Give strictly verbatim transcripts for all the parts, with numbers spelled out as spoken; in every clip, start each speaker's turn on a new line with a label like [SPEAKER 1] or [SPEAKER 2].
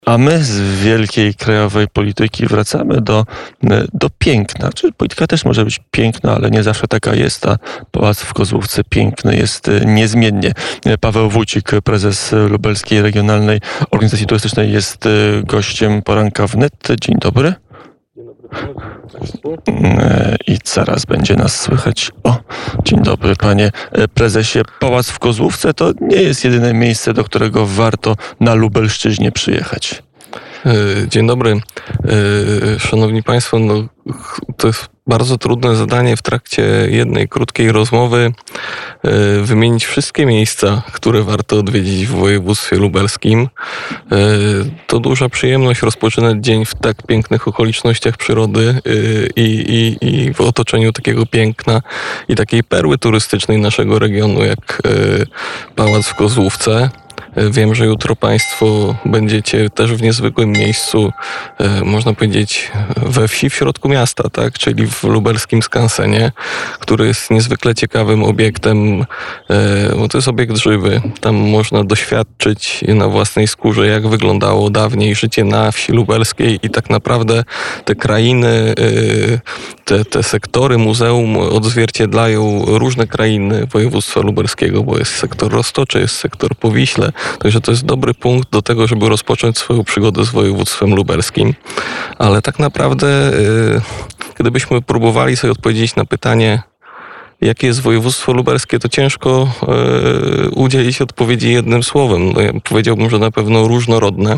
[SPEAKER 1] A my z wielkiej krajowej polityki wracamy do, do piękna. Czyli polityka też może być piękna, ale nie zawsze taka jest, a pałac w Kozłówce piękny jest niezmiennie. Paweł Wójcik, prezes Lubelskiej Regionalnej Organizacji Turystycznej, jest gościem poranka wnet. Dzień dobry. I zaraz będzie nas słychać. O, dzień dobry, panie prezesie. Pałac w Kozłówce to nie jest jedyne miejsce, do którego warto na Lubelszczyźnie przyjechać.
[SPEAKER 2] Dzień dobry. Szanowni państwo, no, to jest bardzo trudne zadanie w trakcie jednej krótkiej rozmowy wymienić wszystkie miejsca, które warto odwiedzić w województwie lubelskim. To duża przyjemność rozpoczynać dzień w tak pięknych okolicznościach przyrody i, i, i w otoczeniu takiego piękna i takiej perły turystycznej naszego regionu jak Pałac w Kozłówce. Wiem, że jutro państwo będziecie też w niezwykłym miejscu, e, można powiedzieć we wsi w środku miasta, tak, czyli w lubelskim skansenie, który jest niezwykle ciekawym obiektem, e, bo to jest obiekt żywy. Tam można doświadczyć na własnej skórze, jak wyglądało dawniej życie na wsi lubelskiej i tak naprawdę te krainy, e, te, te sektory muzeum odzwierciedlają różne krainy województwa lubelskiego, bo jest sektor Roztocze, jest sektor Powiśle. Także to jest dobry punkt do tego, żeby rozpocząć swoją przygodę z województwem lubelskim. Ale tak naprawdę, yy, gdybyśmy próbowali sobie odpowiedzieć na pytanie, jakie jest województwo lubelskie, to ciężko yy, udzielić odpowiedzi jednym słowem. No, ja powiedziałbym, że na pewno różnorodne,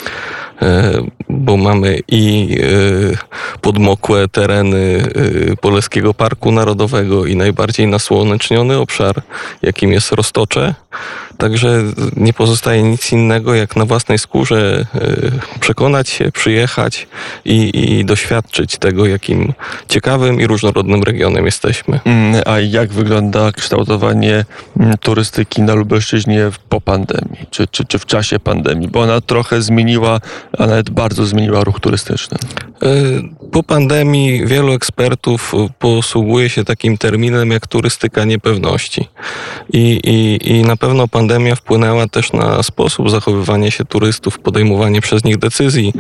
[SPEAKER 2] bo mamy i podmokłe tereny Poleskiego Parku Narodowego i najbardziej nasłoneczniony obszar, jakim jest Roztocze. Także nie pozostaje nic innego, jak na własnej skórze przekonać się, przyjechać i, i doświadczyć tego, jakim ciekawym i różnorodnym regionem jesteśmy.
[SPEAKER 1] A jak wygląda kształtowanie turystyki na Lubelszczyźnie po pandemii, czy, czy, czy w czasie pandemii? Bo ona trochę zmieniła, a nawet bardzo zmieniła ruch turystyczny.
[SPEAKER 2] Po pandemii wielu ekspertów posługuje się takim terminem jak turystyka niepewności. I, i, i na pewno pandemia wpłynęła też na sposób zachowywania się turystów, podejmowanie przez nich decyzji.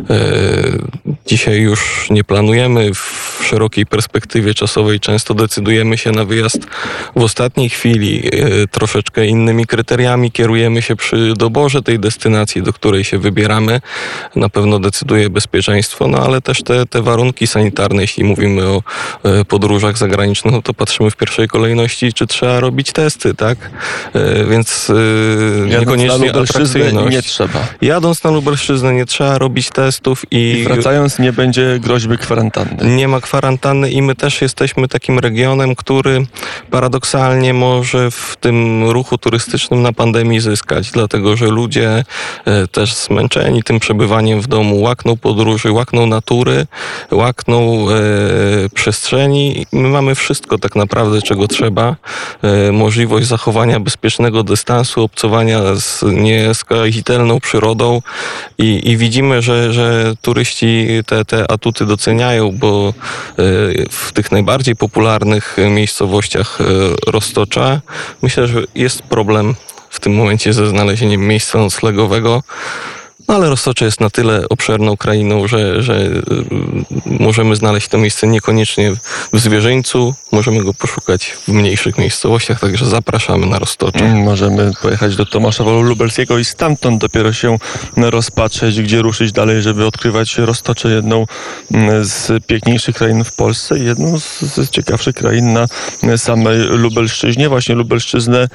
[SPEAKER 2] Dzisiaj już nie planujemy w szerokiej perspektywie czasowej, często decydujemy się na wyjazd w ostatniej chwili, troszeczkę innymi kryteriami kierujemy się przy doborze tej destynacji, do której się wybieramy. Na pewno decyduje bezpieczeństwo, no ale też te, te warunki sanitarne, jeśli mówimy o podróżach zagranicznych, no to patrzymy w pierwszej kolejności, czy trzeba robić testy, tak? Więc
[SPEAKER 1] Jadąc
[SPEAKER 2] niekoniecznie
[SPEAKER 1] na
[SPEAKER 2] atrakcyjność.
[SPEAKER 1] Nie trzeba.
[SPEAKER 2] Jadąc na Lubelszczyznę nie trzeba robić testów i,
[SPEAKER 1] I wracając nie będzie groźby kwarantanny.
[SPEAKER 2] Nie ma kwarantanny i my też jesteśmy takim regionem, który paradoksalnie może w tym ruchu turystycznym na pandemii zyskać, dlatego że ludzie też zmęczeni tym przebywaniem w domu łakną podróży, łakną natury, łakną e, przestrzeni. My mamy wszystko tak naprawdę, czego trzeba. E, możliwość zachowania bezpiecznego dystansu, obcowania z nieskazitelną przyrodą i, i widzimy, że, że turyści te, te atuty doceniają, bo e, w tych najbardziej popularnych miejscowościach e, Roztocza myślę, że jest problem w tym momencie ze znalezieniem miejsca noclegowego. No ale Roztocze jest na tyle obszerną krainą, że, że możemy znaleźć to miejsce niekoniecznie w Zwierzyńcu, możemy go poszukać w mniejszych miejscowościach, także zapraszamy na Roztocze.
[SPEAKER 1] Możemy pojechać do Tomaszowa Lubelskiego i stamtąd dopiero się rozpatrzeć, gdzie ruszyć dalej, żeby odkrywać Roztocze, jedną z piękniejszych krain w Polsce i jedną z, z ciekawszych krain na samej Lubelszczyźnie. Właśnie Lubelszczyznę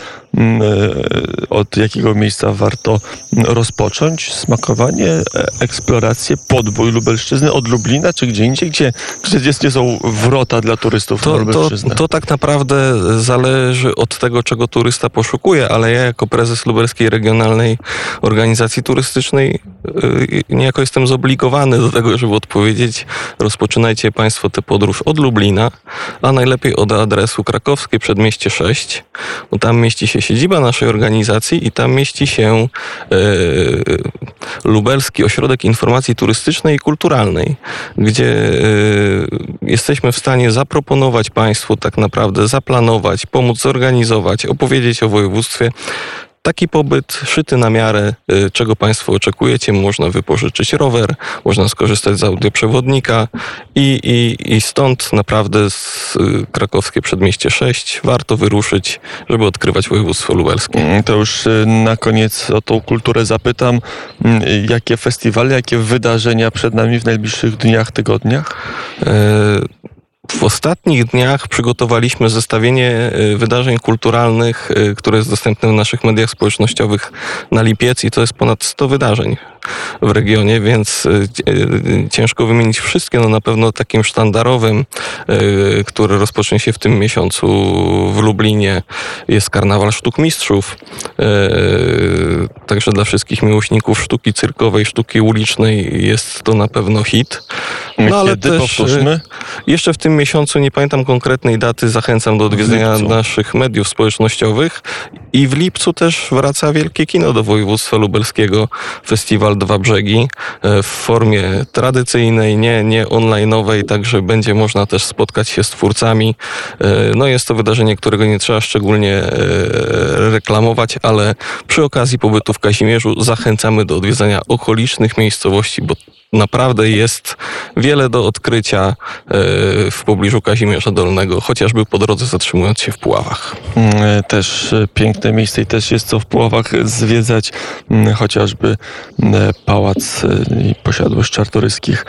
[SPEAKER 1] od jakiego miejsca warto rozpocząć? Smakowanie, eksplorację, podbój Lubelszczyzny od Lublina, czy gdzie indziej, gdzie, gdzie, gdzie są wrota dla turystów
[SPEAKER 2] to,
[SPEAKER 1] na Lubelszczyznę?
[SPEAKER 2] To, to tak naprawdę zależy od tego, czego turysta poszukuje, ale ja jako prezes Lubelskiej Regionalnej Organizacji Turystycznej yy, niejako jestem zobligowany do tego, żeby odpowiedzieć, rozpoczynajcie państwo tę podróż od Lublina, a najlepiej od adresu Krakowskie Przedmieście sześć, bo tam mieści się siedziba naszej organizacji i tam mieści się yy, Lubelski Ośrodek Informacji Turystycznej i Kulturalnej, gdzie y, jesteśmy w stanie zaproponować państwu tak naprawdę, zaplanować, pomóc zorganizować, opowiedzieć o województwie taki pobyt szyty na miarę, czego Państwo oczekujecie. Można wypożyczyć rower, można skorzystać z audioprzewodnika i, i, i stąd naprawdę z Krakowskie Przedmieście sześć warto wyruszyć, żeby odkrywać województwo lubelskie.
[SPEAKER 1] To już na koniec o tą kulturę zapytam. Jakie festiwale, jakie wydarzenia przed nami w najbliższych dniach, tygodniach?
[SPEAKER 2] W ostatnich dniach przygotowaliśmy zestawienie wydarzeń kulturalnych, które jest dostępne w naszych mediach społecznościowych na lipiec i to jest ponad sto wydarzeń w regionie, więc ciężko wymienić wszystkie. No na pewno takim sztandarowym, który rozpocznie się w tym miesiącu w Lublinie, jest Karnawal Sztuk Mistrzów. Także dla wszystkich miłośników sztuki cyrkowej, sztuki ulicznej jest to na pewno hit.
[SPEAKER 1] No, ale Kiedy, też powtórzmy?
[SPEAKER 2] Jeszcze w tym miesiącu, nie pamiętam konkretnej daty, zachęcam do odwiedzenia naszych mediów społecznościowych. I w lipcu też wraca Wielkie Kino do województwa lubelskiego, festiwal Dwa Brzegi w formie tradycyjnej, nie, nie online'owej, także będzie można też spotkać się z twórcami. No jest to wydarzenie, którego nie trzeba szczególnie reklamować, ale przy okazji pobytu w Kazimierzu zachęcamy do odwiedzania okolicznych miejscowości, bo naprawdę jest wiele do odkrycia w pobliżu Kazimierza Dolnego, chociażby po drodze zatrzymując się w Puławach.
[SPEAKER 1] Też piękne miejsce i też jest co w Puławach zwiedzać, chociażby Pałac i Posiadłość Czartoryskich.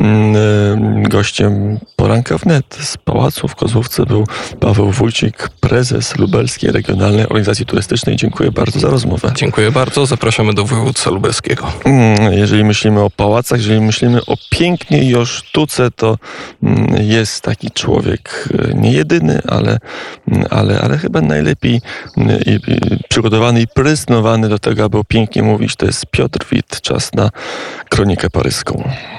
[SPEAKER 1] Gościem Poranka Wnet z Pałacu w Kozłówce był Paweł Wójcik, prezes Lubelskiej Regionalnej Organizacji Turystycznej. Dziękuję bardzo za rozmowę.
[SPEAKER 2] Dziękuję bardzo. Zapraszamy do województwa lubelskiego.
[SPEAKER 1] Jeżeli myślimy o pałacach, jeżeli myślimy o pięknie i o sztuce, to jest taki człowiek nie jedyny, ale, ale, ale chyba najlepiej przygotowany i presjonowany do tego, aby o pięknie mówić. To jest Piotr Wit. Czas na Kronikę Paryską.